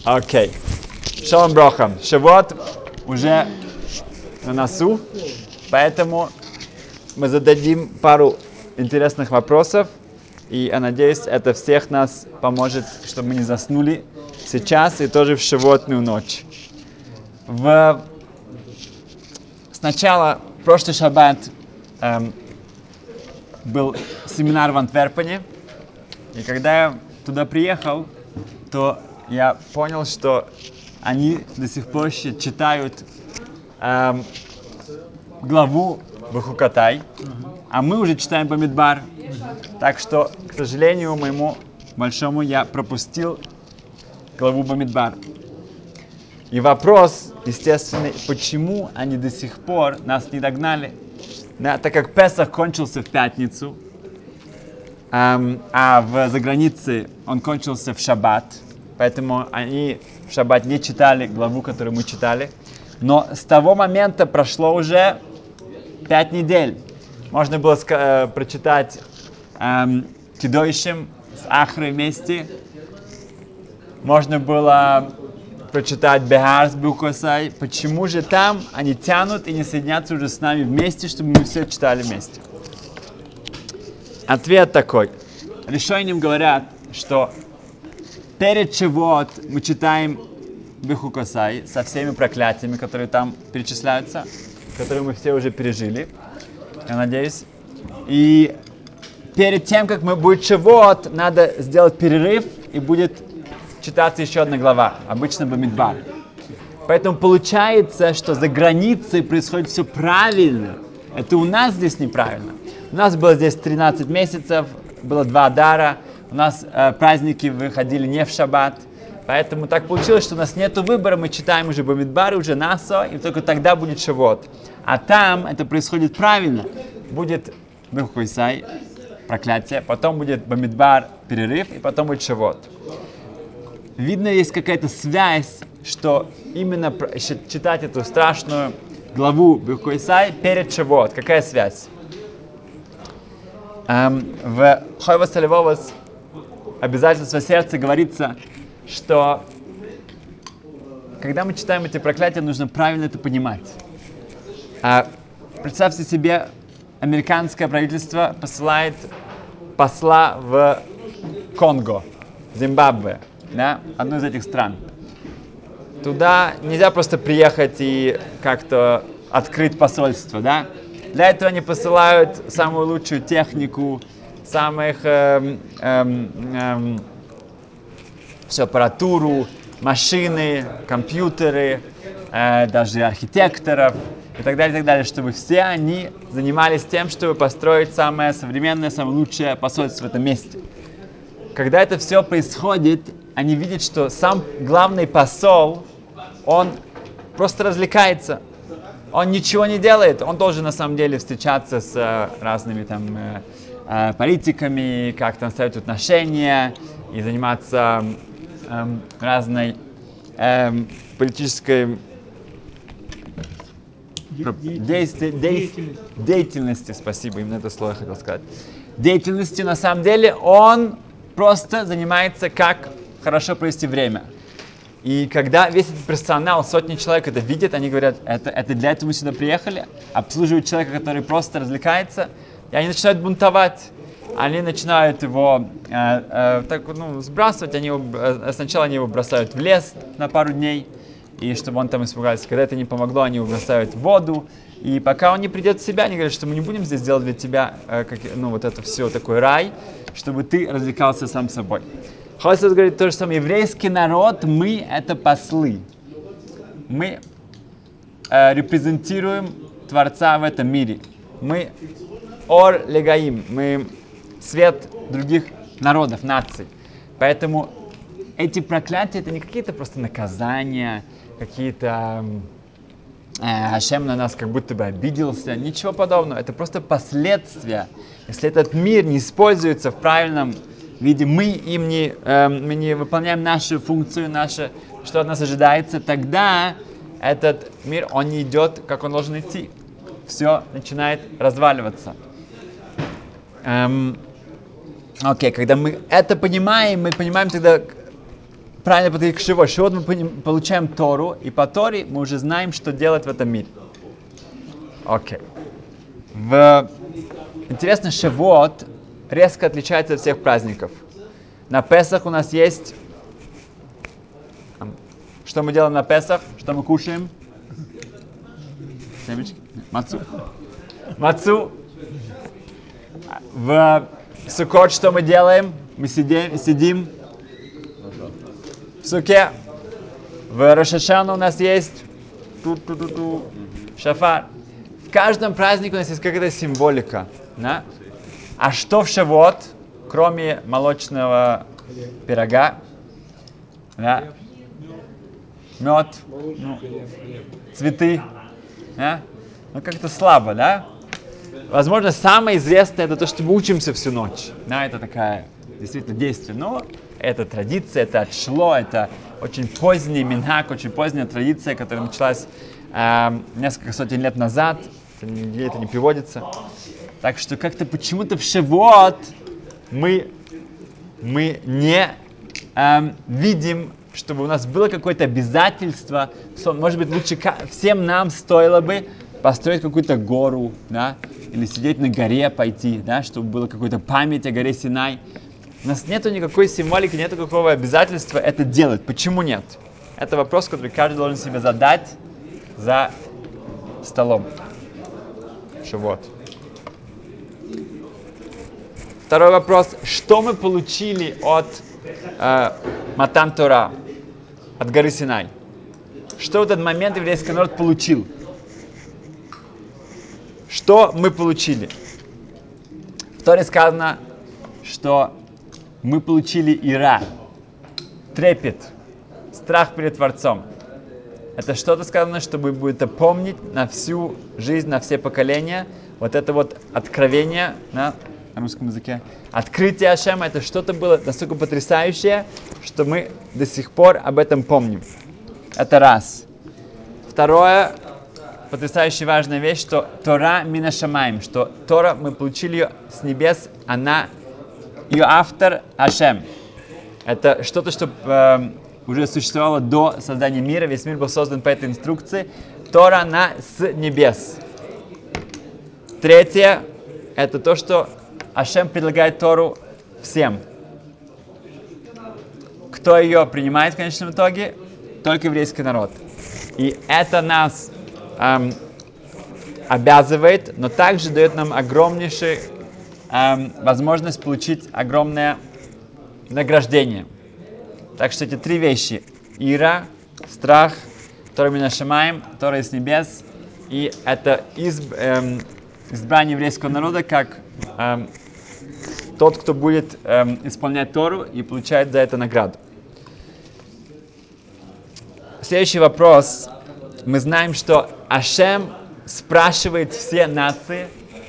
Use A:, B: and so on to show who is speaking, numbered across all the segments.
A: Окей. Шалом брохам. Шавуот уже на носу, поэтому мы зададим пару интересных вопросов, и я надеюсь, это всех нас поможет, чтобы мы не заснули сейчас и тоже в шавуотную ночь. Сначала, в прошлый шаббат был семинар в Антверпене, и когда я туда приехал, то я понял, что они до сих пор читают главу Бехукотай, а мы уже читаем Бамидбар. Так что, к сожалению, моему большому, я пропустил главу Бамидбар. И вопрос, естественный, почему они до сих пор нас не догнали? Да, так как Песах кончился в пятницу, а за границей он кончился в шаббат, поэтому они в шаббат не читали главу, которую мы читали. Но с того момента прошло уже 5 недель. Можно было прочитать Кидойшим с Ахрой вместе. Можно было прочитать Бехар с Бухосай. Почему же там они тянут и не соединятся уже с нами вместе, чтобы мы все читали вместе? Ответ такой. Решойним говорят, что перед Шавуот мы читаем Бехукосай со всеми проклятиями, которые там перечисляются, которые мы все уже пережили, я надеюсь. И перед тем, как мы будет Шавуот, надо сделать перерыв, и будет читаться еще одна глава, обычно Бамидбар. Поэтому получается, что за границей происходит все правильно. Это у нас здесь неправильно. У нас было здесь 13 месяцев, было 2 дара, у нас праздники выходили не в шаббат. Поэтому так получилось, что у нас нет выбора, мы читаем уже Бамидбар, уже Насо, и только тогда будет Шавуот. А там это происходит правильно. Будет Бехукосай, проклятие, потом будет Бамидбар, перерыв, и потом будет Шавуот. Видно, есть какая-то связь, что именно читать эту страшную главу Бехукосай перед Шавуот. Какая связь? В Хойвас Левовос обязательство сердца говорится, что когда мы читаем эти проклятия, нужно правильно это понимать. Представьте себе, американское правительство посылает посла в Конго, Зимбабве, да, одну из этих стран. Туда нельзя просто приехать и как-то открыть посольство, да. Для этого они посылают самую лучшую технику, всю аппаратуру, машины, компьютеры, даже архитекторов и так далее, чтобы все они занимались тем, чтобы построить самое современное, самое лучшее посольство в этом месте. Когда это все происходит, они видят, что сам главный посол, он просто развлекается. Он ничего не делает. Он должен на самом деле встречаться с разными там политиками, как там ставить отношения и заниматься разной политической деятельности. Спасибо, именно это слово я хотел сказать. Деятельностью, на самом деле, он просто занимается, как хорошо провести время. И когда весь этот персонал, сотни человек это видят, они говорят, это для этого мы сюда приехали, обслуживают человека, который просто развлекается, и они начинают бунтовать. Они начинают его сбрасывать, сначала они его бросают в лес на пару дней, и чтобы он там испугался. Когда это не помогло, они его бросают в воду, и пока он не придет в себя, они говорят, что мы не будем здесь делать для тебя это все такой рай, чтобы ты развлекался сам собой. Хасид говорит то же самое. Еврейский народ, мы это послы. Мы репрезентируем Творца в этом мире. Мы ор легаим, мы свет других народов, наций. Поэтому эти проклятия, это не какие-то просто наказания, какие-то Ашем на нас как будто бы обиделся, ничего подобного. Это просто последствия. Если этот мир не используется в правильном виде, мы не выполняем нашу функцию, что от нас ожидается, тогда этот мир, он не идет, как он должен идти. Все начинает разваливаться. Когда мы это понимаем, мы понимаем тогда, правильно подойти к Шивот. Шивот мы получаем Тору, и по Торе мы уже знаем, что делать в этом мире. Окей. Интересно, Шивот резко отличается от всех праздников. На Песах у нас есть... Что мы делаем на Песах? Что мы кушаем? Семечки? Мацу. Мацу. В Суккот что мы делаем? Мы сидим в суке. В Рош ха-Шана у нас есть шафар. В каждом празднике у нас есть какая-то символика. Да? А что в Шавуот, кроме молочного пирога? Да? Мед, цветы. Да? Как-то слабо, да? Возможно, самое известное это то, что мы учимся всю ночь. Да, это такая действительно действие. Но это традиция, это отшло, это очень поздний минхаг, очень поздняя традиция, которая началась несколько сотен лет назад. Нигде это не приводится. Так что как-то почему-то в Шавуот мы не видим, чтобы у нас было какое-то обязательство. Может быть, лучше всем нам стоило бы построить какую-то гору, да, или сидеть на горе, пойти, да, чтобы была какая-то память о горе Синай. У нас нету никакой символики, нету какого обязательства это делать. Почему нет? Это вопрос, который каждый должен себе задать за столом. Шавуот. Второй вопрос. Что мы получили от Матан Тора, от горы Синай? Что в этот момент еврейский народ получил? Что мы получили? В Торе сказано, что мы получили ира, трепет, страх перед Творцом. Это что-то сказано, чтобы будет помнить на всю жизнь, на все поколения. Вот это вот откровение на русском языке. Открытие Ашема, это что-то было настолько потрясающее, что мы до сих пор об этом помним. Это раз. Второе, потрясающе важная вещь, что Тора мина шамаим, что Тора, мы получили ее с небес, она, ее автор Ашем. Это что-то, что уже существовало до создания мира, весь мир был создан по этой инструкции. Тора, она с небес. Третье, это то, что Ашем предлагает Тору всем. Кто ее принимает в конечном итоге? Только еврейский народ. И это нас обязывает, но также дает нам огромнейшую возможность получить огромное награждение. Так что эти три вещи: ира, страх, Тора мин шамаим, Тора из небес, и это избрание еврейского народа как тот, кто будет исполнять Тору и получает за это награду. Следующий вопрос. Мы знаем, что Ашем спрашивает все нации,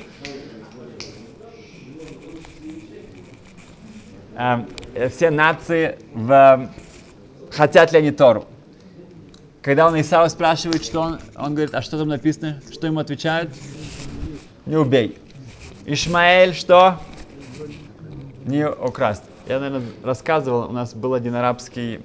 A: хотят ли они Тору. Когда он Исава спрашивает, что он говорит, а что там написано? Что ему отвечают? Не убей. Ишмаэль что? Не украсть. Я, наверное, рассказывал, у нас был один арабский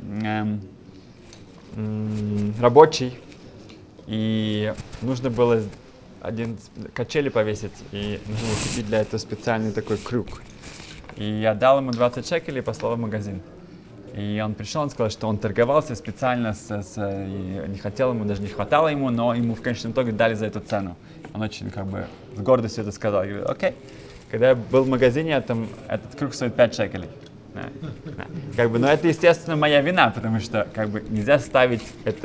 A: рабочий, и нужно было один качели повесить, и нужно было купить для этого специальный такой крюк. И я дал ему 20 шекелей и послал в магазин. И он пришел, он сказал, что он торговался специально и не хотел ему, даже не хватало ему, но ему в конечном итоге дали за эту цену. Он очень с гордостью это сказал. Я говорю, окей. Когда я был в магазине, этот крюк стоит 5 шекелей. Но это, естественно, моя вина, потому что нельзя ставить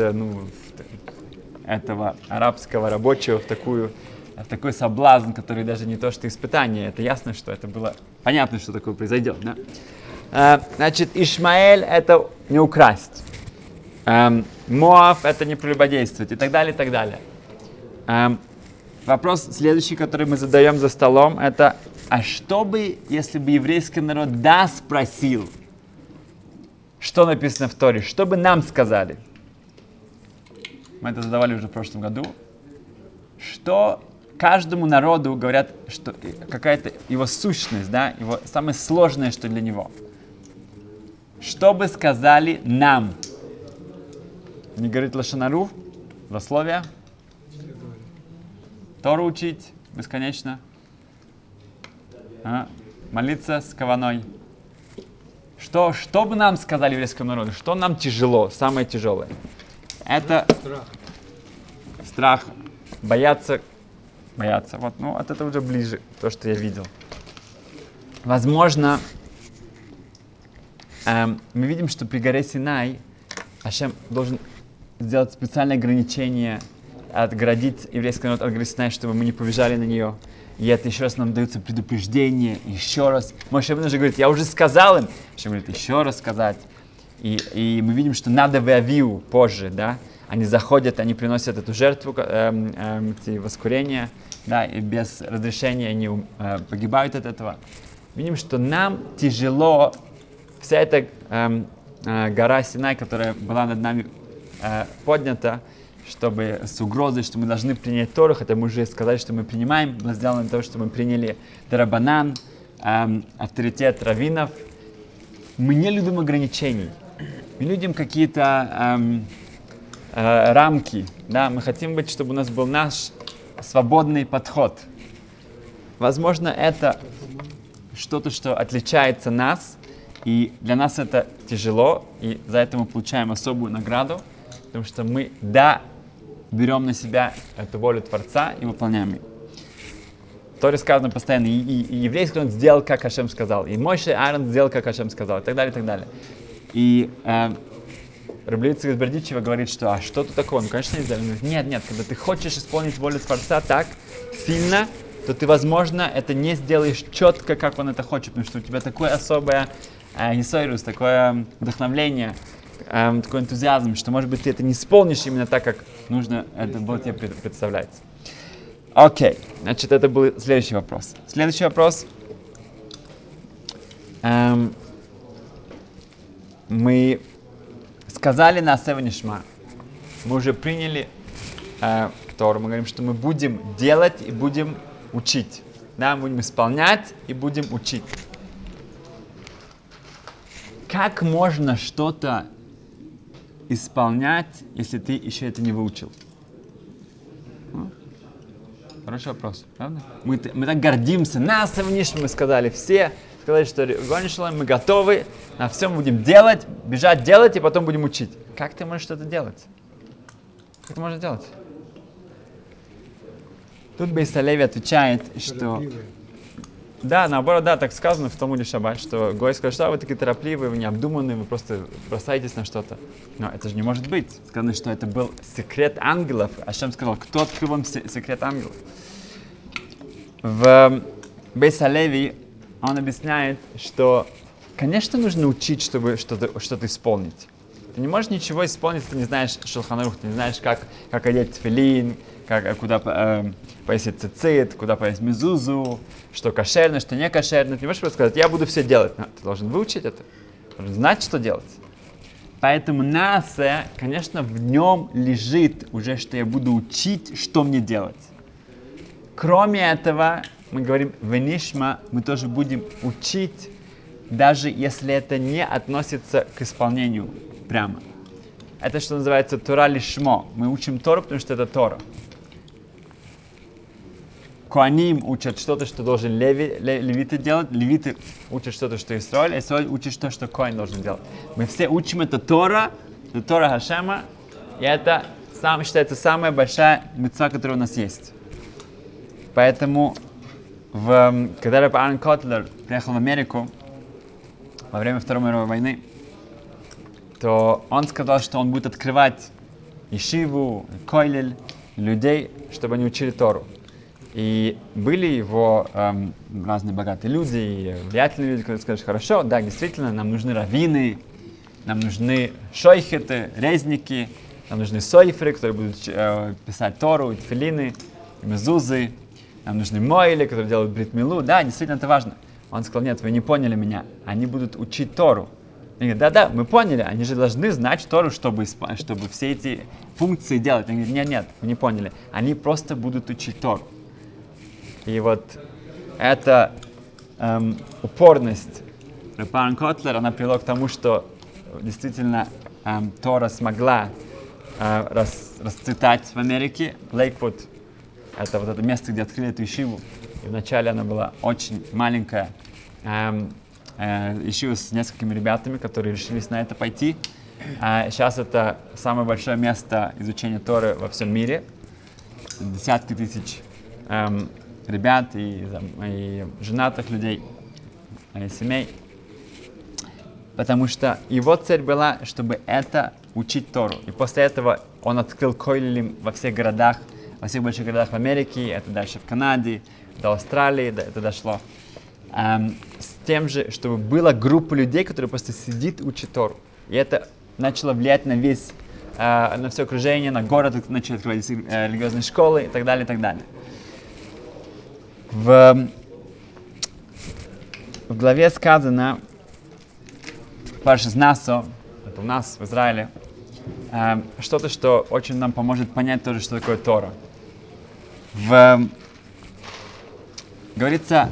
A: этого арабского рабочего в такой соблазн, который даже не то что испытание. Это ясно, что это было понятно, что такое произойдет. Да? Значит, Ишмаэль это не украсть. Моав это не прелюбодействовать и так далее, и так далее. Вопрос следующий, который мы задаем за столом, это: а что бы, если бы еврейский народ спросил, что написано в Торе, что бы нам сказали? Мы это задавали уже в прошлом году. Что каждому народу говорят, что какая-то его сущность, да, его самое сложное, что для него. что бы сказали нам? Не говорит лашонару, злословие. Тору учить бесконечно. Молиться с каваной. Что бы нам сказали еврейскому народу? Что нам тяжело, самое тяжелое? Это страх. Бояться. Вот, от этого уже ближе, то, что я видел. Возможно, мы видим, что при горе Синай Ашем должен сделать специальное ограничение, отгородить еврейский народ от горы Синай, чтобы мы не побежали на нее. И это еще раз нам дается предупреждение, еще раз. Моше Рабейну же говорит, я уже сказал им. Ашем говорит, еще раз сказать. И мы видим, что надо в Авиу позже, да, они заходят, они приносят эту жертву, эти воскурения, да, и без разрешения они погибают от этого. Видим, что нам тяжело, вся эта гора Синай, которая была над нами поднята, чтобы с угрозой, что мы должны принять Тору, хотя мы уже сказали, что мы принимаем, было сделано для того, чтобы мы приняли Дарабанан, авторитет раввинов. Мы не любим ограничений, мы любим какие-то рамки, да? Мы хотим быть, чтобы у нас был наш свободный подход. Возможно, это что-то, что отличается нас, и для нас это тяжело, и за это мы получаем особую награду, потому что мы, берем на себя эту волю Творца и выполняем ее. В Торе сказано постоянно, и еврейский народ сделал, как Ашем сказал, и Моше и Аарон сделал, как Ашем сказал, и так далее, и так далее. И Рав Леви из Бердичева говорит, что что тут такого? Ну, конечно, не сделали. Он говорит, нет, когда ты хочешь исполнить волю Творца так сильно, то ты, возможно, это не сделаешь четко, как он это хочет, потому что у тебя такое особое гисойрус, такое вдохновление, такой энтузиазм, что, может быть, ты это не исполнишь именно так, как нужно это было тебе представляется. Окей, значит, это был следующий вопрос. Следующий вопрос. Мы сказали на Асева Нишма, мы уже приняли Тору, мы говорим, что мы будем делать и будем учить. Да, мы будем исполнять и будем учить. Как можно что-то исполнять, если ты еще это не выучил? Хороший вопрос, правда? Мы так гордимся. На Асева Нишма мы сказали все. Сказали, что мы готовы, на всем будем делать, бежать делать, и потом будем учить. Как ты можешь что-то делать? Как ты можешь делать? Тут Бейс Алеви отвечает, что... Да, наоборот, так сказано в Талмуде Шаббат, что Гой сказал, что вы такие торопливые, вы необдуманные, вы просто бросаетесь на что-то. Но это же не может быть. Сказано, что это был секрет ангелов. Ашем сказал, кто открыл вам секрет ангелов? В Бейс Алеви он объясняет, что, конечно, нужно учить, чтобы что-то исполнить. Ты не можешь ничего исполнить, если ты не знаешь Шулхан Арух, ты не знаешь, как одеть тфилин, куда повесить цицит, куда повесить мезузу, что кошерно, что не кошерно. Ты не можешь просто сказать, я буду все делать. Но ты должен выучить это, должен знать, что делать. Поэтому наасе, конечно, в нем лежит уже, что я буду учить, что мне делать. Кроме этого, мы говорим, венишма, мы тоже будем учить, даже если это не относится к исполнению прямо. Это что называется Тора лишмо. Мы учим Тору, потому что это Тора. Коаним учат что-то, что должен левиты делать. Левиты учат что-то, что Исраиль. Исраиль учит то, что Коэн должен делать. Мы все учим это Тора Хашема. И это считается самая большая мицва, которая у нас есть. Поэтому, когда Раб Аарон Котлер приехал в Америку во время Второй мировой войны, то он сказал, что он будет открывать ешиву, койлель, людей, чтобы они учили Тору. И были его разные богатые люди, и влиятельные люди, которые сказали, хорошо, да, действительно, нам нужны раввины, нам нужны шойхеты, резники, нам нужны сойферы, которые будут писать Тору, и тфилины, и мезузы, нам нужны моили, которые делают брит-милу. Да, действительно, это важно. Он сказал, нет, вы не поняли меня, они будут учить Тору. Они говорят, да, мы поняли, они же должны знать Тору, чтобы все эти функции делать. Они говорят, нет, вы не поняли, они просто будут учить Тору. И вот эта упорность Раб Аарон Котлер, она привела к тому, что действительно Тора смогла расцветать в Америке. Лейквуд — это вот это место, где открыли эту ешиву. И вначале она была очень маленькая ешива с несколькими ребятами, которые решились на это пойти. Сейчас это самое большое место изучения Торы во всем мире. Десятки тысяч ребят и женатых людей, и семей. Потому что его цель была, чтобы это учить Тору. И после этого он открыл койлелим во всех городах, во всех больших городах в Америке, это дальше в Канаде, до Австралии, это дошло. С тем же, чтобы была группа людей, которые просто сидит и учат Тору. И это начало влиять на на все окружение, на город, начали открывать религиозные школы и так далее, и так далее. В главе сказано, Паршас Насо, это у нас в Израиле, что-то, что очень нам поможет понять тоже, что такое Тора. Говорится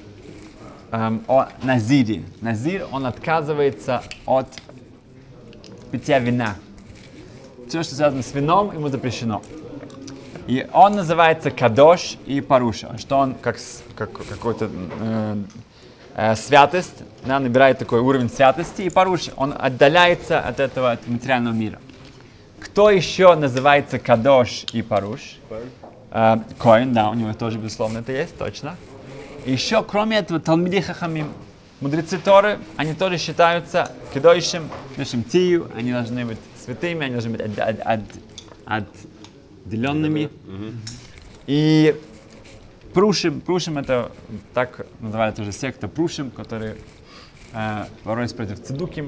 A: о Назире. Назир, он отказывается от питья вина. Все, что связано с вином, ему запрещено. И он называется Кадош и Паруша, что он как какой-то святость, да, набирает такой уровень святости, и Паруша, он отдаляется от этого от материального мира. Кто еще называется Кадош и Паруш? Коэн, да, у него тоже, безусловно, это есть, точно. И еще, кроме этого, Талмидей Хахамим, мудрецы Торы, они тоже считаются кедойшим, нашим тию, они должны быть святыми, они должны быть отделенными. И Прушим это, так называли тоже секта Прушим, которые боролись против Цидуким.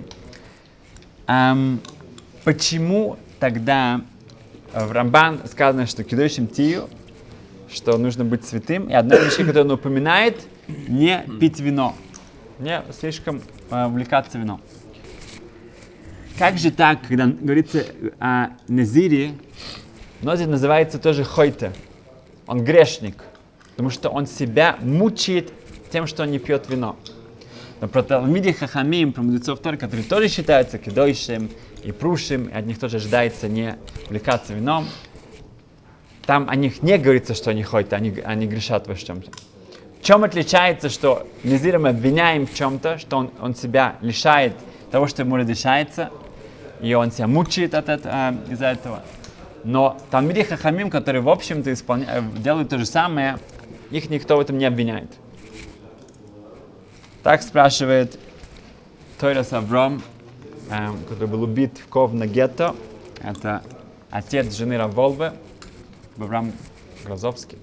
A: Почему тогда в Рамбан сказано, что кедойшим тию, что нужно быть святым, и одна вещь, которую он упоминает, не пить вино, не слишком увлекаться вином. Как же так, когда говорится о Назире, Назир называется тоже хойте, он грешник, потому что он себя мучает тем, что он не пьет вино. Но про Талмидей Хахамим, про мудрецов Торы, которые тоже считаются кедойшим и прушим, и от них тоже ожидается не увлекаться вином, там о них не говорится, что они ходят, они грешат в чем-то. В чем отличается, что Назира мы обвиняем в чем-то, что он себя лишает того, что ему разрешается, и он себя мучает из-за этого. Но Талмидей Хахамим, которые в общем-то делают то же самое, их никто в этом не обвиняет. Так спрашивает Тойрас Авром, который был убит в Ковна гетто. Это отец жены Рав Волбе, Авраам Грозовский.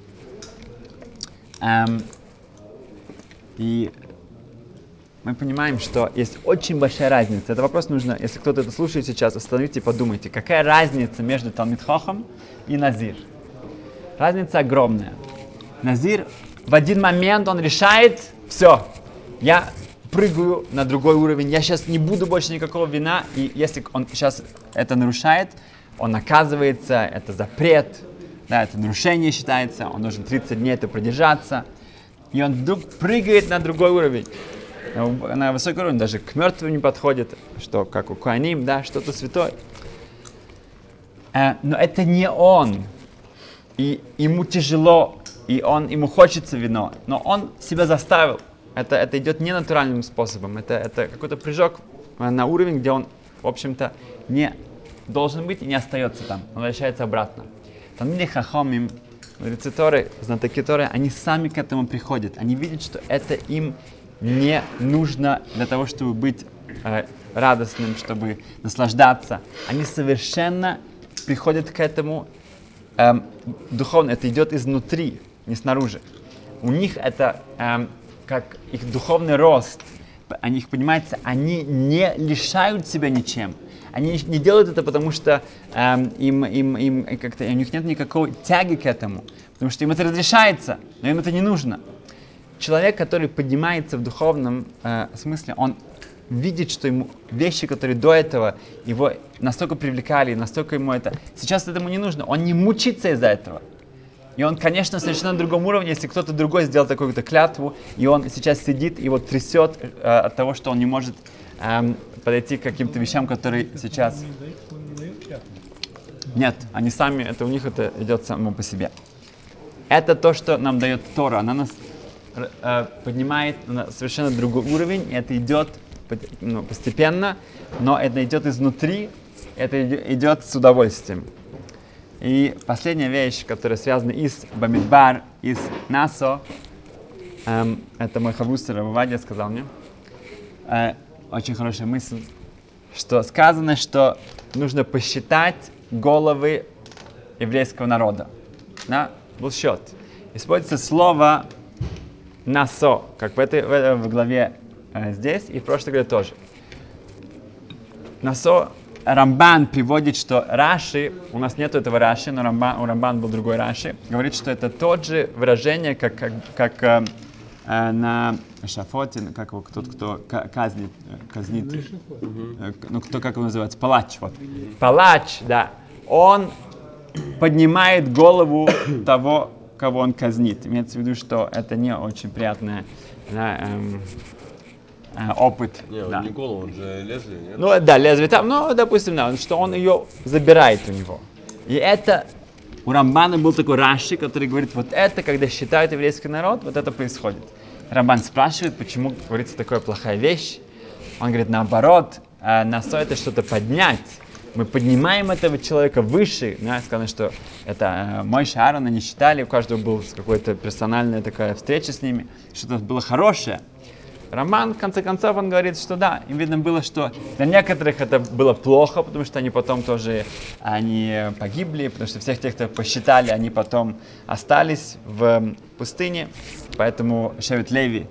A: И мы понимаем, что есть очень большая разница. Это вопрос нужно, если кто-то это слушает сейчас, остановите и подумайте, какая разница между Талмид Хохам и Назир. Разница огромная. Назир в один момент он решает, все, я прыгаю на другой уровень, я сейчас не буду больше никакого вина, и если он сейчас это нарушает, он наказывается, это запрет, да, это нарушение считается, он должен 30 дней это продержаться, и он вдруг прыгает на другой уровень, на высокий уровень, даже к мертвым не подходит, что как у Коаним, да, что-то святое. Но это не он, и ему тяжело, и ему хочется вино, но он себя заставил. Это идет не натуральным способом, это какой-то прыжок на уровень, где он, в общем-то, не должен быть и не остается там, он возвращается обратно. Талмидей Хахамим, мудрецы Торы, знатоки Торы, они сами к этому приходят, они видят, что это им не нужно для того, чтобы быть радостным, чтобы наслаждаться. Они совершенно приходят к этому духовно, это идет изнутри, не снаружи. У них это как их духовный рост, они их, понимаете, они не лишают себя ничем. Они не делают это, потому что им как-то, у них нет никакой тяги к этому, потому что им это разрешается, но им это не нужно. Человек, который поднимается в духовном смысле, он видит, что ему вещи, которые до этого его настолько привлекали, настолько ему это... Сейчас этому не нужно, он не мучится из-за этого. И он, конечно, совершенно на другом уровне, если кто-то другой сделал такую-то клятву, и он сейчас сидит и вот трясет от того, что он не может подойти к каким-то вещам, которые сейчас... Нет, они сами, это у них это идет само по себе. Это то, что нам дает Тора. Она нас поднимает на совершенно другой уровень, и это идет постепенно, но это идет изнутри, это идет с удовольствием. И последняя вещь, которая связана и с Бамидбар, и с Насо, это мой хавустер Авадия сказал мне, очень хорошая мысль, что сказано, что нужно посчитать головы еврейского народа. Да? Был счет. Используется слово «насо», как в главе здесь и в прошлой главе тоже. «Насо» Рамбан приводит, что Раши, у нас нету этого Раши, но у Рамбан был другой Раши, говорит, что это тот же выражение, как на шафоте, как его, тот, кто казнит, ну, кто, как его называется, палач. Вот. Палач, да, он поднимает голову того, кого он казнит. Имеется в виду, что это не очень приятный опыт.
B: Не,
A: да.
B: Он не голову, он же лезвие, нет?
A: Ну да, лезвие там, ну, допустим, да, что он ее забирает у него. И это у Рамбана был такой Раши, который говорит, вот это, когда считают еврейский народ, вот это происходит. Рамбан спрашивает, почему говорится такая плохая вещь. Он говорит, наоборот, насо это что-то поднять. Мы поднимаем этого человека выше. Да, сказано, что это Мойше, Аарон, они считали, у каждого была какая-то персональная такая встреча с ними, что-то было хорошее. Рамбан, в конце концов, он говорит, что да, им видно было, что для некоторых это было плохо, потому что они потом тоже погибли, потому что всех тех, кто посчитали, они потом остались в пустыне. Поэтому Шевет Леви,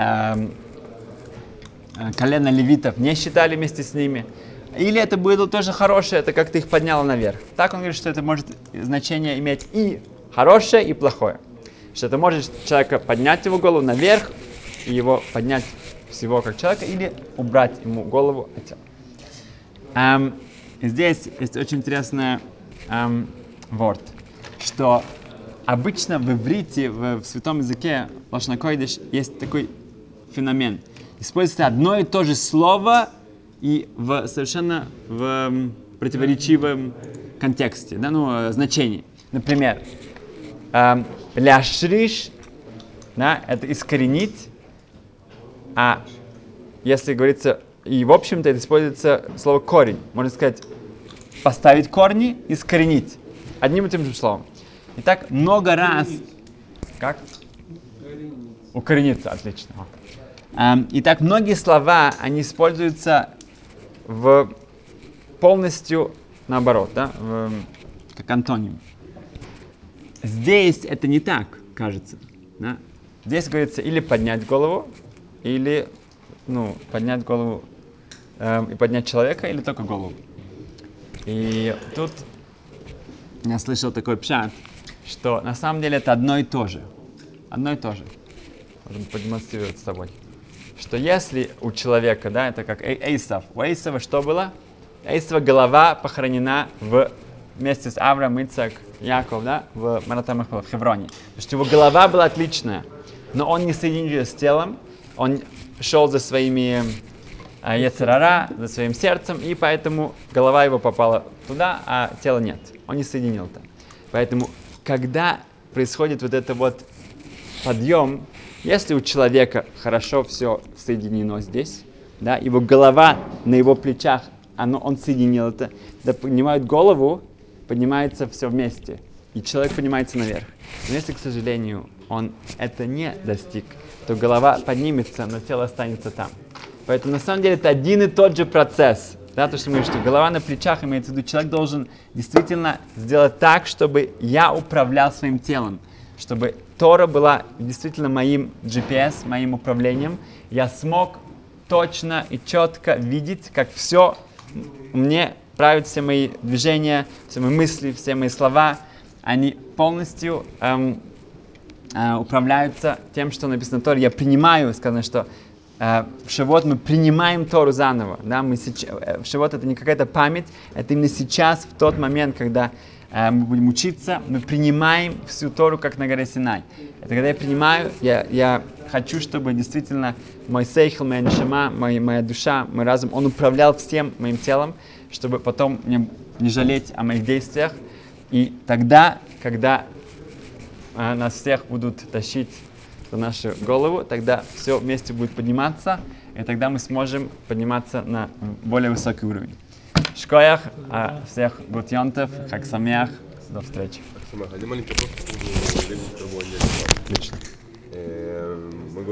A: колено левитов не считали вместе с ними. Или это было тоже хорошее, это как-то их подняло наверх. Так он говорит, что это может значение иметь и хорошее, и плохое. Что это может человека поднять его голову наверх, и его поднять всего как человека, или убрать ему голову от тела. Здесь есть очень интересный ворд, что обычно в иврите, в святом языке, лашон койдеш, есть такой феномен. Используется одно и то же слово и в совершенно противоречивом контексте, да, значении. Например, ляшриш, да, это искоренить, а если говорится, и в общем-то это используется слово корень. Можно сказать, поставить корни, искоренить. Одним и тем же словом. Итак, много раз... Как? Укорениться, отлично. Итак, многие слова, они используются полностью наоборот, да? Как антоним. Здесь это не так, кажется. Да? Здесь говорится или поднять голову, или поднять голову и поднять человека, или только голову. И тут я слышал такой пшат, что на самом деле это одно и то же. Одно и то же. Можем продемонстрировать с тобой. Что если у человека, да, это как Эйсав. У Эйсава что было? Эйсова голова похоронена вместе с Авраам, Ицак, Яков, да, в Маратамах, в Хевроне. Потому что его голова была отличная, но он не соединил ее с телом, он шел за своими Ецер-ара, за своим сердцем, и поэтому голова его попала туда, а тела нет. Он не соединил это. Поэтому, когда происходит вот это вот подъем, если у человека хорошо все соединено здесь, да, его голова на его плечах, он соединил это, да, поднимают голову, поднимается все вместе, и человек поднимается наверх. Но если, к сожалению, он это не достиг, то голова поднимется, но тело останется там. Поэтому, на самом деле, это один и тот же процесс. Да, то, что мы говорим, что голова на плечах, имеется в виду, человек должен действительно сделать так, чтобы я управлял своим телом, чтобы Тора была действительно моим GPS, моим управлением. Я смог точно и четко видеть, как все мне правят все мои движения, все мои мысли, все мои слова. Они полностью управляются тем, что написано в Торе. Я принимаю, сказано, что в Шавуот мы принимаем Тору заново. Да? В Шавуот это не какая-то память, это именно сейчас, в тот момент, когда мы будем учиться, мы принимаем всю Тору, как на горе Синай. Это когда я принимаю, я хочу, чтобы действительно мой сейхл, моя нешама, моя душа, мой разум, он управлял всем моим телом, чтобы потом не жалеть о моих действиях. И тогда, когда нас всех будут тащить за нашу голову, тогда все вместе будет подниматься, и тогда мы сможем подниматься на более высокий уровень. Шкоях, всех гуд йонтов, хаг самеах, до встречи.
B: Один маленький вопрос по поводу времени карбонии.
A: Отлично.